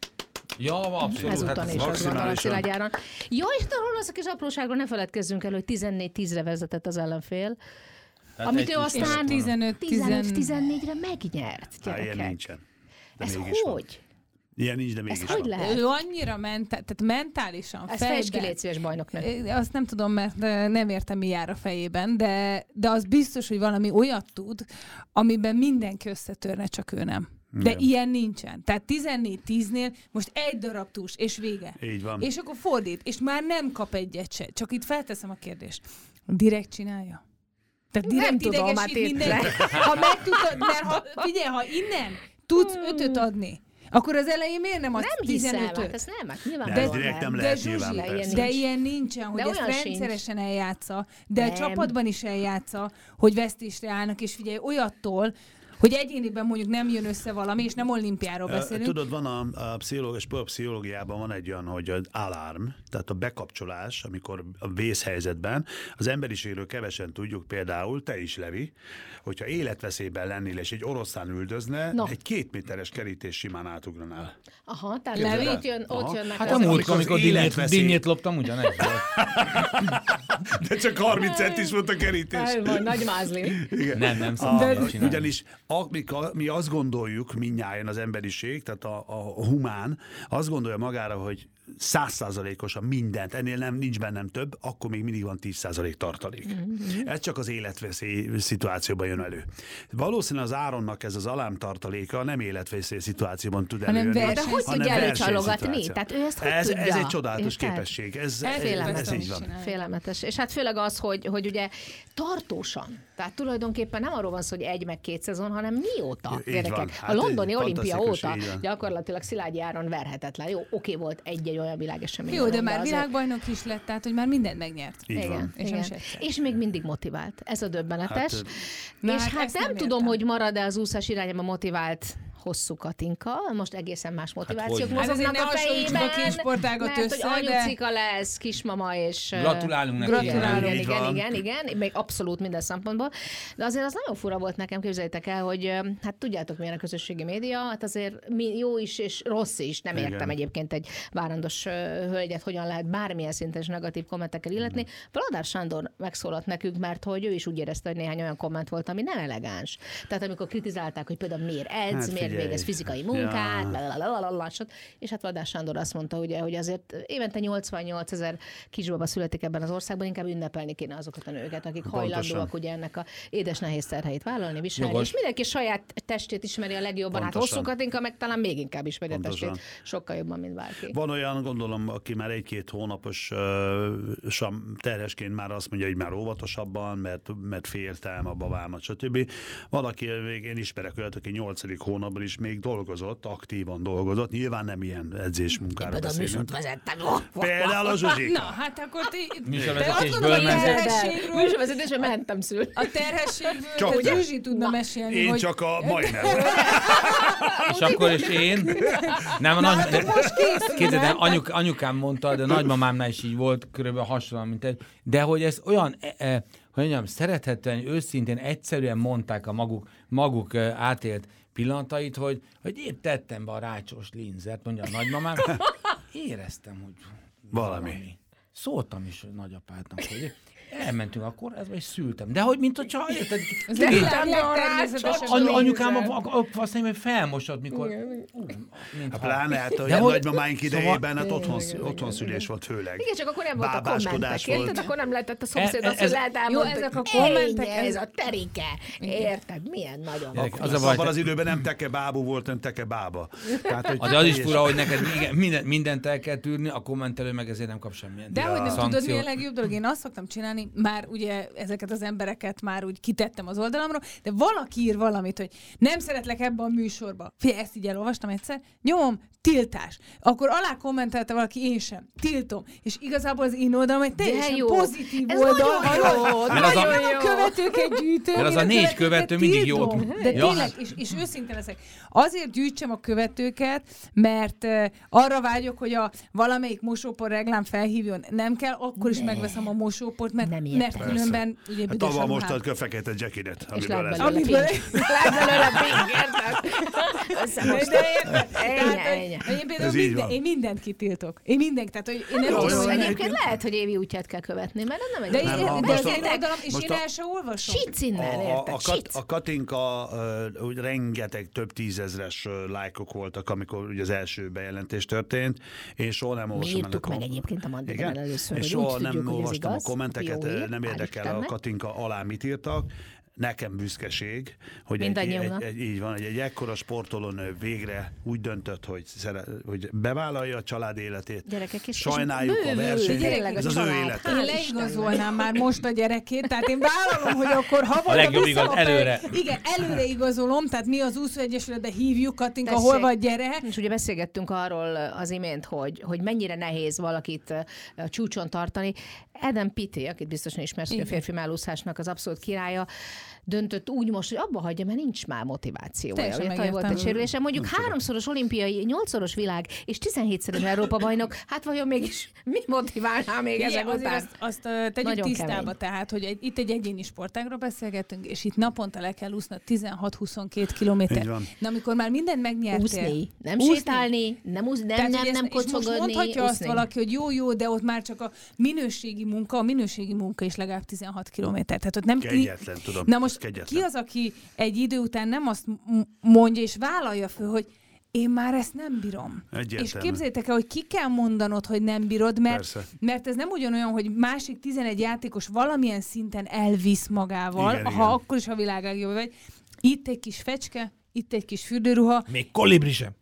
ja, abszolút. Ezúton is az van a Szilágy Áron. Jó, és arról az a kis apróságról ne feledkezzünk el, hogy tizennégy tízre vezetett az ellenfél. Hát amit ő aztán tizenöt tizennégyre megnyert. Há, ilyen nincsen. De ez hogy? Van. Ilyen nincs, de mégis hogy lehet? Ő annyira mentál, tehát mentálisan fejben. Ez fejtsd ki, légy szíves bajnoknő. Azt nem tudom, mert nem értem, mi jár a fejében, de, de az biztos, hogy valami olyat tud, amiben mindenki összetörne, csak ő nem. De igen. Ilyen nincsen. Tehát tizennégy tíznél most egy darab tus, és vége. Így van. És akkor fordít, és már nem kap egyet se. Csak itt felteszem a kérdést. Direkt csinálja? Tehát direkt nem tudom, hát mindenki. Ha meg tudod, mert ha, figyelj, ha innen tudsz ötöt adni, akkor az elején miért nem adsz tizenötöt? Nem hiszem, hát ez nem, hát nyilván. De, direkt nem de, lehet Zsuzsi, nyilván, ilyen de ilyen nincsen, hogy de ezt rendszeresen sincs. eljátsza, de nem. A csapatban is eljátsza, hogy vesztésre állnak, és figyelj, olyattól, hogy egyéniben mondjuk nem jön össze valami, és nem olimpiáról beszélünk. Tudod, van a, a pszichológia, sportpszichológiában van egy olyan, hogy az alarm, tehát a bekapcsolás, amikor a vészhelyzetben, az emberiségről kevesen tudjuk, például te is, Levi, hogyha életveszélyben lennél, és egy oroszlán üldözne, no. egy két méteres kerítés simán átugranál. Aha, tehát Levi, ott, jön, ott jönnek. Hát a múlt, amikor dinnyét, dinnyét loptam, ugyanez volt. De csak harminc centis volt a kerítés. Van, nagy mázli. Nem, nem szabad csinálni. Ugyanis mi azt gondoljuk, mindnyájan az emberiség, tehát a, a humán, azt gondolja magára, hogy száz százalékosan mindent, ennél nem, nincs bennem több, akkor még mindig van tíz százalék tartalék. Mm-hmm. Ez csak az életveszély szituációban jön elő. Valószínűleg az Áronnak ez az alámtartaléka nem életveszély szituációban tud előjönni. De hogy tudja előcsalogatni? Tehát ő ezt hogy ez, tudja? Ez egy csodálatos Érted? képesség. Ez, ez, Félelmetes. ez így van. Félelmetes. És hát főleg az, hogy, hogy ugye tartósan. Tehát tulajdonképpen nem arról van szó, hogy egy meg két szezon, hanem mióta, gyerekek. Hát a londoni olimpia óta gyakorlatilag Szilágyi Áron verhetetlen. Jó, oké, volt egy-egy olyan világesemény. Jó, de már azért... világbajnok is lett, tehát hogy már mindent megnyert. Így van. És, igen. És még mindig motivált. Ez a döbbenetes. Hát, Na, és hát, hát nem, nem tudom, hogy marad-e az úszás irányába motivált hosszú Katinka, most egészen más motivációk hát mozognak hát a fejében, a kisportágat mert össze, hogy anyucika de... lesz, kismama, és... Gratulálunk neki. Gratulálunk, igen, igen, igen, igen, még abszolút minden szempontból. De azért az nagyon fura volt nekem, képzeljétek el, hogy hát tudjátok, milyen a közösségi média, hát azért jó is és rossz is, nem igen. értem egyébként egy várandos hölgyet, hogyan lehet bármilyen szinten negatív kommentekkel illetni. Valadár Sándor megszólalt nekünk, mert hogy ő is úgy érezte, hogy néhány olyan komment volt, ami nem elegáns. Tehát amikor kritizálták, hogy például miért edz, hát, miért végez fizikai munkát, ja. és hát Vadás Sándor azt mondta, ugye, hogy azért évente nyolcvannyolc ezer kisbaba születik ebben az országban, inkább ünnepelni kéne azokat a nőket, akik Pontosan. hajlandóak ugye ennek a édes nehéz terheit vállalni, viselni, Jogos. és mindenki saját testét ismeri a legjobban, Pontosan. hát hosszú Katinka meg talán még inkább ismeri Pontosan. a testét, sokkal jobban, mint bárki. Van olyan, gondolom, aki már egy-két hónapos uh, terhesként már azt mondja, hogy már óvatosabban, mert, mert féltem a babámat, stb. Valaki, én ismerek olyat, aki nyolcadik hónapban irodalomban is még dolgozott, aktívan dolgozott, nyilván nem ilyen edzésmunkára beszélünk. Például a Zsuzsika. Na, hát akkor ti... Műsorvezetésből mentek. Műsorvezetésből mentem szül. A terhességből a Zsuzsi tudna mesélni, Én hogy... csak a majdnem. És akkor is én... Nem, a nagy... Képzeld el, anyuk, anyukám mondta, de nagymamámnál is így volt, körülbelül hasonlóan, mint egy... De hogy ez olyan... E, hogy mondjam, szerethetően, őszintén, egyszerűen mondták a maguk, maguk átélt pillanatait, hogy, hogy épp tettem be a rácsos linzert, mondja a nagymamám. Éreztem, hogy valami. valami. Szóltam is a nagyapádnak, hogy elmentünk a kórházba, és szültem. De hogy, mint hogyha, érted? De anyukám azt mondja, hogy felmosott, mikor... A pláne, hát a nagymamáink idejében hát otthon szülés volt főleg. Igen, csak akkor nem volt a kommentek, érted? Akkor nem lehetett a szomszéd azt, hogy lehet elmondani. Jó, ezek a kommentek, ez a terike. Érted? Milyen nagyon van. Abban az időben nem teke bábú volt, nem teke bába. Az is fura, hogy neked mindent el kell tűrni, a kommentelő meg ezért nem kap semmilyen. De hogy nem tudod, mi a legjobb dolog? Én azt szoktam csinálni, már ugye ezeket az embereket már úgy kitettem az oldalamra, de valaki ír valamit, hogy nem szeretlek ebbe a műsorba. Figyelj, ezt így elolvastam egyszer, nyomom, tiltás. Akkor alá kommentelte valaki, én sem. Tiltom. És igazából az én oldalam egy teljesen jó. Pozitív ez oldal. Nagyon jó. Nagyon jó. A követőket gyűjtöm. Mert az a négy követő mindig jót. De ja. tényleg, és, és őszintén leszek. Azért gyűjtsem a követőket, mert uh, arra vágyok, hogy a valamelyik mosópor reklám felhívjon. Nem kell, akkor is ne. megveszem a mosóport, mert, mert különben ugye hát büdös a most a fekete jackidet, amiből lesz. Lehet belőle pink, érted? Én például minden, én mindent kitiltok. Én mindent, tehát hogy én nem jó, tudom, jó, hogy egyébként lehet, hogy évi útját kell követni, mert nem egy... De én, nem, de az én oldalam, és én el sem olvasom. Sic innen, érted? A, kat, a Katinka, uh, úgy rengeteg több tízezres uh, lájkok voltak, amikor ugye az első bejelentés történt, és soha nem olvasom. Mi írtuk meg egyébként a Mandikán először, és soha nem olvastam a kommenteket, nem érdekel a Katinka alá mit írtak. Nekem büszkeség, hogy egy, egy, egy, így van, egy, egy ekkora sportolónő végre úgy döntött, hogy, szere, hogy bevállalja a család életét. Gyerekek, és sajnáljuk és a versenyt. Ez az ő élet. Én leigazolnám már most a gyerekét, tehát én vállalom, hogy akkor ha a legjobb igaz, előre. Igen, előre igazolom, tehát mi az úszó egyesületbe hívjuk, Katinka, hol vagy, gyere. És ugye beszélgettünk arról az imént, hogy, hogy mennyire nehéz valakit a csúcson tartani. Adam Peaty, akit biztosan ismersz, hogy a férfi mellúszásnak az abszolút királya, döntött úgy most, hogy abba hagyja, mert nincs már motivációja. Ugye, volt egy sérülése. Mondjuk nem háromszoros olimpiai, nyolcszoros világ és tizenhétszeres Európa bajnok, hát vajon mégis mi motiválná még ezek után? Azt, azt tegyük nagyon tisztába, kemény. Tehát, hogy egy, itt egy egyéni sportágról beszélgetünk, és itt naponta le kell úsznod tizenhat-huszonkettő kilométer. Na, amikor már mindent megnyertél. Úszni, nem úszni. sétálni, nem, úsz, nem, Tehát, nem, nem, nem kocsogodni. És most mondhatja úszni. Azt valaki, hogy jó, jó, de ott már csak a minőségi munka, a minőségi munka is legalább tizenhat kilométer. Tehát ott nem... Kegyetlen, tudom. Na most ki az, aki egy idő után nem azt mondja és vállalja föl, hogy én már ezt nem bírom. Egyértelmű. És képzeljétek el, hogy ki kell mondanod, hogy nem bírod, mert, mert ez nem ugyanolyan, hogy másik tizenegy játékos valamilyen szinten elvisz magával, igen, ha igen. akkor is a világ legjobb vagy. Itt egy kis fecske, itt egy kis fürdőruha. Még kolibri sem.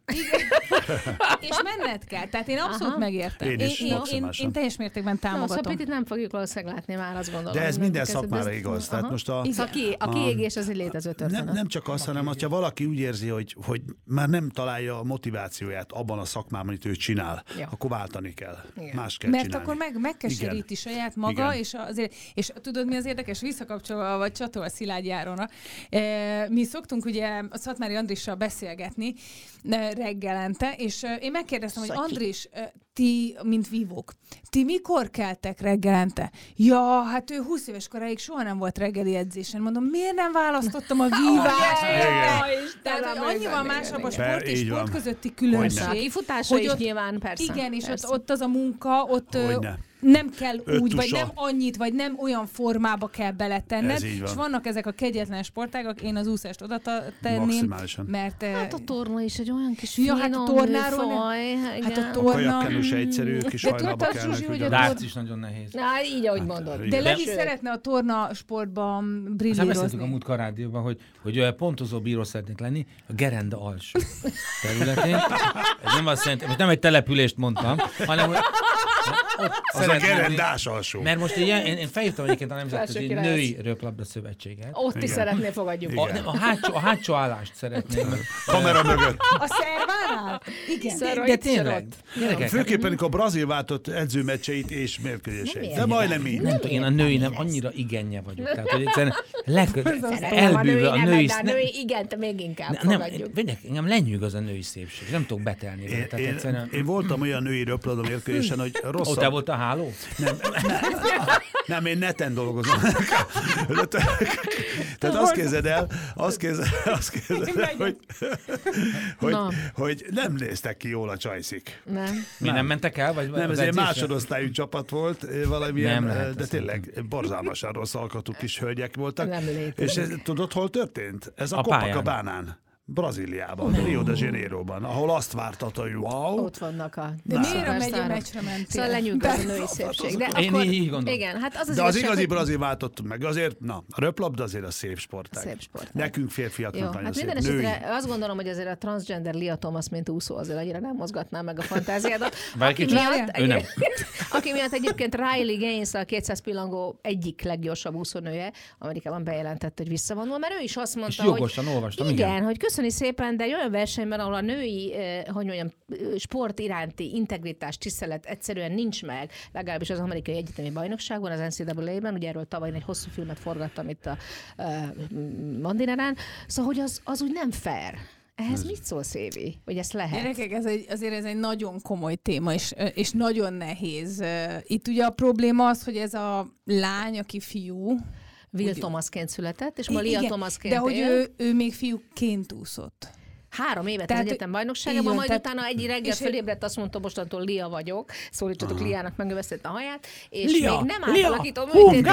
És menned kell. Tehát én abszolút Aha. megértem. Én, is, én, én, én, én teljes mértékben támogatom. No, szóval nem fogjuk valószínűleg látni már, azt gondolom. De ez minden szakmára igaz. Tehát most a, a, ki, a kiégés az egy létező történet. Nem, nem csak az, hanem hogyha valaki úgy érzi, hogy, hogy már nem találja a motivációját abban a szakmában, amit ő csinál, ja. akkor váltani kell. Igen. Más kell Mert csinálni. akkor meg, megkeseríti saját maga, és, azért, és tudod, mi az érdekes? Visszakapcsolva, vagy csatolva Szilágy Áronra. E, mi szoktunk ugye a Szatmári Andrissal beszélgetni reggelente, és én megkérdeztem, hogy Andris, ti, mint vívók, ti mikor keltek reggelente? Ja, hát ő húsz éves koráig soha nem volt reggeli edzésen. Mondom, miért nem választottam a vívást? Tehát annyival másabb a sport és sport közötti különbség. A kifutása is nyilván, persze. Igen, és ott, ott az a munka, ott... nem kell Öt úgy, tusa. vagy nem annyit, vagy nem olyan formába kell beletenned. És vannak ezek a kegyetlen sportágak, én az úszást oda tenném. Mert, hát a torna is egy olyan kis ja, hát a tornáról faj. Hát a torna... A kajakkenős egyszerű kis hajnalba kellnek. A dárc is nagyon nehéz. Na, így, ahogy mondod. De Levi szeretne a torna sportban brillírozni. Aztán beszéltük a múltkor rádióban, hogy, hogy pontozó bíró szeretnék lenni a Gerenda alsó területén. Ez nem azt jelenti, most nem egy települést mondtam, hanem az a gerendás alsó. Mert most ilyen, én, én felhívtam egyébként a Nemzetközi Női Röplabda Szövetséget. Ott is szeretné fogadjuk. A, nem, a, hátsó, a hátsó állást szeretném. Kamera mögött. A szervánál? Igen. De, de tényleg. Főképpen a Brazil váltott edzőmeccseit és mérkőzéseit. De majdnem így. Nem tudom, én a női nem annyira igenje vagyok. Tehát, hogy egyszerűen elbűvő a női... A női igent még inkább fogadjuk. Engem lenyűgöz a női szépség. Nem tudok betelni. Én, én, egyszerűen... én voltam olyan női röplabda mérkőzésen, hogy rosszabb... Ó, te volt a háló? Nem, nem, nem, én neten dolgozom. Tehát azt képzeld el, azt képzeld, azt képzeld el, hogy, hogy, hogy nem néztek ki jól a csajszik. Nem. Mi nem mentek el? Vagy nem, ez egy másodosztályú csapat volt, valamilyen, nem de tényleg borzalmasan rossz alkatú kis hölgyek voltak. Nem és ez, tudod, hol történt? Ez a, a Copacabánán. Brazíliában, no. Rio de Janeiroban, ahol azt vártad, hogy wow. Ott vannak a... De miért a megye meccsre mentél? Szóval lenyűgöz a női szépség. De én akkor, így gondolom. Igen, hát az az De az igazság, igazi hogy... brazil váltott meg. Azért, na, a röplabda azért a szép sportág. Szép sportág. Nekünk férfiaknak Jó, nagyon hát szép. minden esetre azt gondolom, hogy azért a transgender Lia Thomas, mint úszó, azért annyira nem mozgatná meg a fantáziádat. Aki miatt, ő nem. Aki miatt egyébként Riley Gaines, a kétszáz pillangó egyik leggyorsabb úszónője, Amerikában bejelentett, hogy visszavonul, mert ő is azt mondta, és jogosan olvastam, igen, igen, hogy köszöni szépen, de olyan versenyben, ahol a női, eh, hogy mondjam, sport iránti integritás, tisztelet egyszerűen nincs meg, legalábbis az amerikai egyetemi bajnokságban, az en cé á á-ben, ugye erről tavaly egy hosszú filmet forgattam itt a uh, Mandineren, szóval, hogy az, az úgy nem fair. Ehhez mit szól, Szévi, hogy ezt lehet? Gyerekek, ez egy, azért ez egy nagyon komoly téma, és, és nagyon nehéz. Itt ugye a probléma az, hogy ez a lány, aki fiú, Will Thomasként született, és ma Lia Thomasként de hogy él. ő, ő még fiúként úszott. Három évet tehát, az egyetem bajnokságában, majd tehát, utána egy reggel fölébredt, azt mondta, mostantól Lia vagyok, szólítsatok Liának, megnövesztette a haját, és Lia, még nem átalakítom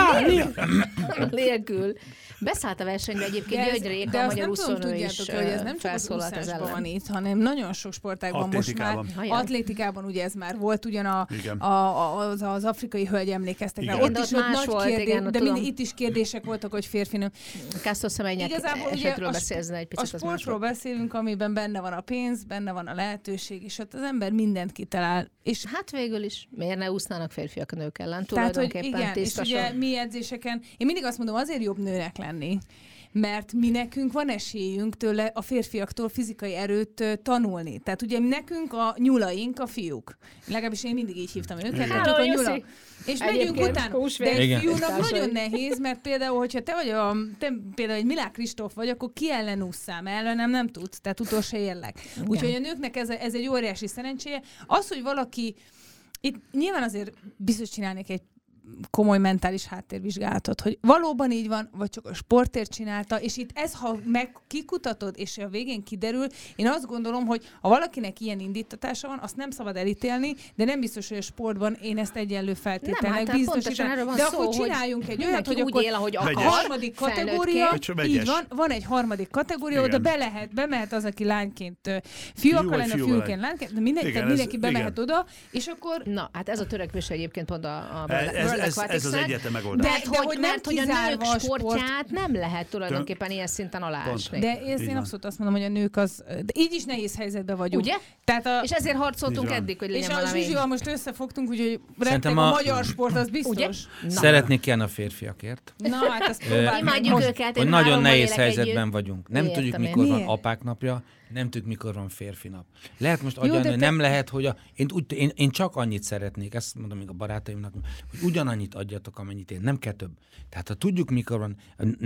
őt nélkül. Beszállt a versenybe egyébként György Réka, a magyar úszónő is hogy ez nem csak az úszásban van itt, hanem nagyon sok sportágban most már. Atlétikában ugye ez már volt, ugyan a, a, a, az, az afrikai hölgy emlékeztek rá. Ott is ott nagy volt, kérdés, igen, de mind, itt is kérdések voltak, hogy férfinő. Kásztor Szemenyek esetről beszélni egy picit. A sportról beszélünk, amiben benne van a pénz, benne van a lehetőség, és ott az ember mindent kitalál. És hát végül is, miért ne úsznának férfiak a nők ellen? Tehát, hogy igen, és ugye mi edzéseken, én mindig azt mondom, azért jobb nőnek lenni, mert mi nekünk van esélyünk tőle a férfiaktól fizikai erőt uh, tanulni. Tehát ugye nekünk a nyulaink a fiúk. Legalábbis én mindig így hívtam őket. Háló, a nyula. És megyünk utána. De egy fiúnak nagyon nehéz, mert például, hogyha te vagy a, te például egy Milák Kristóf vagy, akkor ki ellen ússzál, mert ellenem nem tudsz, tehát utolsó érlek. Úgyhogy a nőknek ez, ez egy óriási szerencséje. Az, hogy valaki, itt nyilván azért biztos csinálnék egy komoly mentális háttérvizsgálatot, hogy valóban így van, vagy csak a sportért csinálta, és itt ez, ha meg kikutatod, és a végén kiderül, én azt gondolom, hogy ha valakinek ilyen indítatása van, azt nem szabad elítélni, de nem biztos, hogy a sportban én ezt egyenlő feltételnek hát biztosítom. De szó, akkor csináljunk egy olyat, hogy akkor él, ahogy a harmadik kategória, így van, van egy harmadik kategória, oda be lehet, bemehet az, aki lányként fiú akar lenni, a fiúként lányként, de mindenki, igen, mindenki bemehet igen. oda, és akkor... Na, hát ez a törekvés egyébként pont a, a ez, ez az egyetlen megoldás. De, de, de hogy, mert hogy a nők sportját nem lehet tulajdonképpen ilyen szinten alásni. De én, én abszolút azt mondom, hogy a nők az... De így is nehéz helyzetben vagyunk. Ugye? Tehát a, és ezért harcoltunk eddig, hogy legyen valami. És a Zsuzsival most összefogtunk, úgyhogy rettek a, a magyar sport, az biztos. Szeretnék ilyen a férfiakért. Na, hát ezt próbáljuk. Imádjuk őket. Hogy nagyon nehéz helyzetben vagyunk. Nem tudjuk, mikor van apák napja, nem tudjuk, mikor van férfi nap. Lehet most agyalni, hogy nem lehet, hogy a, én, úgy, én, én csak annyit szeretnék, ezt mondom még a barátaimnak, hogy ugyanannyit adjatok, amennyit én, nem kell több. Tehát ha tudjuk, mikor van,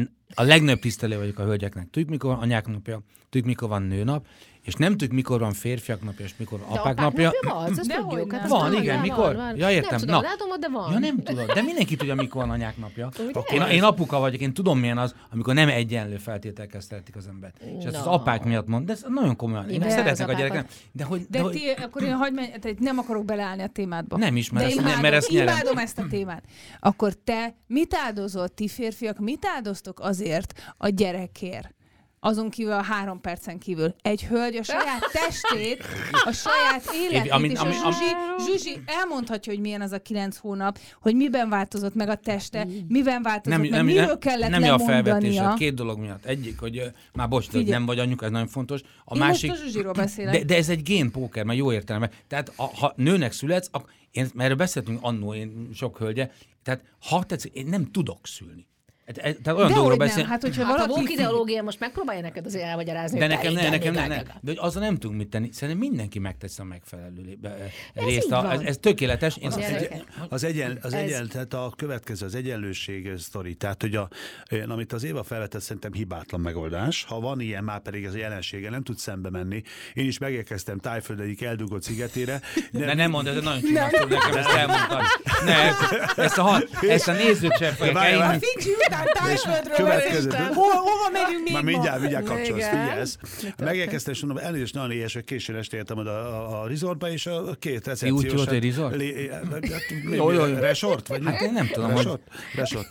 a legnagyobb tisztelő vagyok a hölgyeknek, tudjuk, mikor van anyák napja, tudjuk, mikor van nőnap, és nem tudjuk, mikor van férfiak napja, és mikor apák, apák napja. napja van, azt tudjuk. Hát van, igen, van, mikor? Van, van. Ja, értem. Nem tudom, látom, de van. Ja, nem tudom, de mindenki tudja, mikor van anyák napja. Én, én apuka vagyok, én tudom, milyen az, amikor nem egyenlő feltételekkel szeretik az embert. És ezt no. az apák miatt mond, de ez nagyon komolyan. Én szeretnek a gyerekem. De, hogy, de, de hogy... ti, akkor én hagyd menj, nem akarok beleállni a témádba. Nem is, mert, ezt, imádom, mert ezt nyerem. Imádom ezt a témát. Akkor te mit áldozol, ti férfiak, mit áldoztok azért a gyerekért? azon kívül a három percen kívül. Egy hölgy a saját testét, a saját életét, ami, és ami, a Zsuzsi, Zsuzsi elmondhatja, hogy milyen az a kilenc hónap, hogy miben változott meg a teste, miben változott nem, meg, nem, miről nem, kellett nem lemondania. Nem a felvetésed, két dolog miatt. Egyik, hogy uh, már bocs, hogy nem vagy anyuka, ez nagyon fontos. A Én másik, most a Zsuzsiról beszélek. De, de ez egy génpóker, mert jó értelemben. Tehát a, ha nőnek születsz, ak- én, mert erről beszéltünk annó, én sok hölgye, tehát ha tetszik, én nem tudok szülni. Tehát olyan dolgokról beszél... Hát, hogyha hát valaki... a vók ideológia most megpróbálja neked azért elmagyarázni. De nekem ne, nekem ne, ne. De azzal nem tudunk mit tenni. Szerintem mindenki megteszi a megfelelő részt. A, ez, ez tökéletes. Én az, egy, az, egyen, az ez... egyen, tehát a következő, az egyenlőség sztori. Tehát, hogy a, amit az Éva felvetett, szerintem hibátlan megoldás. Ha van ilyen, már pedig az a jelensége, nem tud szembe menni. Én is megérkeztem Tájföld egyik eldugott szigetére. De nem, nem mondd, ez nagyon csúnyasztó, nekem ezt elmondtad. Ne, ezt a, ezt a nézők sem fogják. Következő. Hova megyünk még ma? Mindjárt, mindjárt kapcsolsz, figyelsz. Megérkeztem, és mondom, elnézést, nagyon éhes, hogy későn este értem oda a, a resortba, és a két recepciós... Úgy volt egy resort? Jó, jó, resort? Vagy hát én nem tudom, resort? Resort.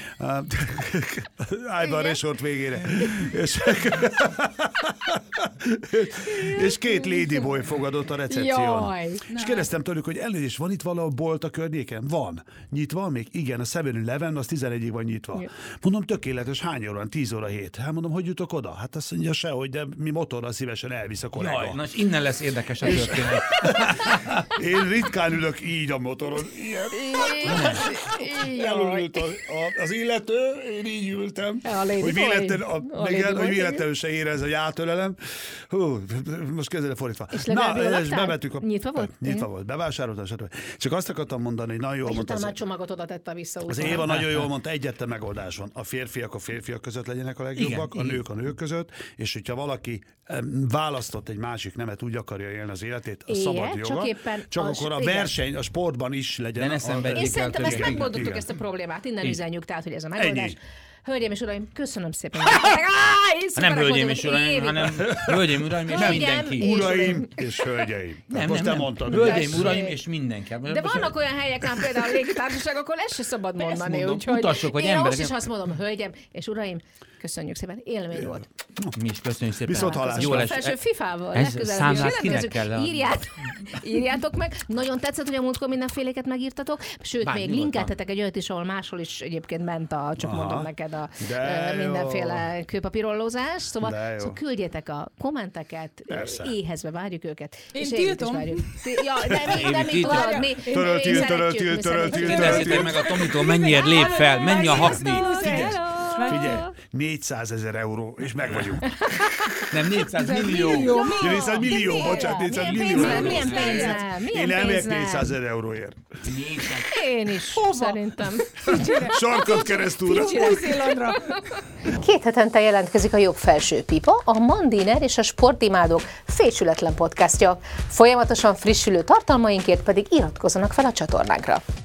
Állj be a resort végére. És, és két ladyboy fogadott a recepción. És kérdeztem tőlük, hogy elnézést, van itt valahol bolt a környéken? Van. Nyitva van még? Igen, a seven eleven, az tizenegyig van nyitva. Mondom, tökéletes, hány óra van? tíz óra hét. Hát mondom, hogy jutok oda? Hát azt mondja sehogy, de mi motorral szívesen elvisz a kollega. Jaj, na, innen lesz érdekes a történet. Én ritkán ülök így a motoron. Elülült az illető, én így ültem. Hogy véletlenül se érez, hogy átölelem. Hú, most kezdene fordítva. Na, és bevettük a... Nyitva volt? Nyitva volt, bevásároltam, stb. Csak azt akartam mondani, hogy nagyon jól mondta. És utána csomagot oda tette vissza. Az Éva nagyon jól mondta, egyetlen megoldás van. A férfiak a férfiak között legyenek a legjobbak, igen, a nők a nők között, és hogyha valaki választott egy másik nemet, úgy akarja élni az életét, a szabad joga, csak, éppen csak az, akkor a verseny, igen, a sportban is legyen. Én szerintem ezt megoldottuk, ezt a problémát. Innen üzenjük, tehát, hogy ez a megoldás. Ennyi. Hölgyeim és uraim, köszönöm szépen. Nem hölgyeim és uraim, hanem hölgyeim, uraim és mindenki. Uraim és hölgyeim. Nem, most te mondtad. Hölgyeim, uraim és mindenki. De vannak olyan helyek, nem például a légitársaság, akkor ezt se szabad mondani. Mutassuk, hogy emberek. Én most is azt mondom, hölgyeim és uraim, köszönjük szépen, élmény volt. Mi is köszönjük szépen. Viszont hallásra. Jó lesz. Felső fifával legközelebb is. Írjátok meg. Nagyon tetszett, hogy a múltkor mindenféléket megírtatok. Sőt, még linkeltetek egy olyat is, ahol máshol is egyébként ment a, csak mondom neked, a mindenféle kőpapírollózás. Szóval, szóval küldjétek a kommenteket, éhezve várjuk őket. Én tiltom. Ja, nem, nem így tudod. Mi töröltül, töröltül, töröltül. Kérdezzétek meg a Tomitól, mennyiért lép fel, mennyi a hakni. Figyelj, négyszázezer euró, és meg vagyunk. Nem, négyszáz millió. négyszáz millió, bocsánat, négyszáz millió. Milyen pénzzel? Én elmegyek négyszázezer euróért. Én is, szerintem. Sarkad keresztúra. Két hetente jelentkezik a Jobb Felső Pipa, a Mandiner és a Sportimádók fésületlen podcastja. Folyamatosan frissülő tartalmainkért pedig iratkozzanak fel a csatornánkra.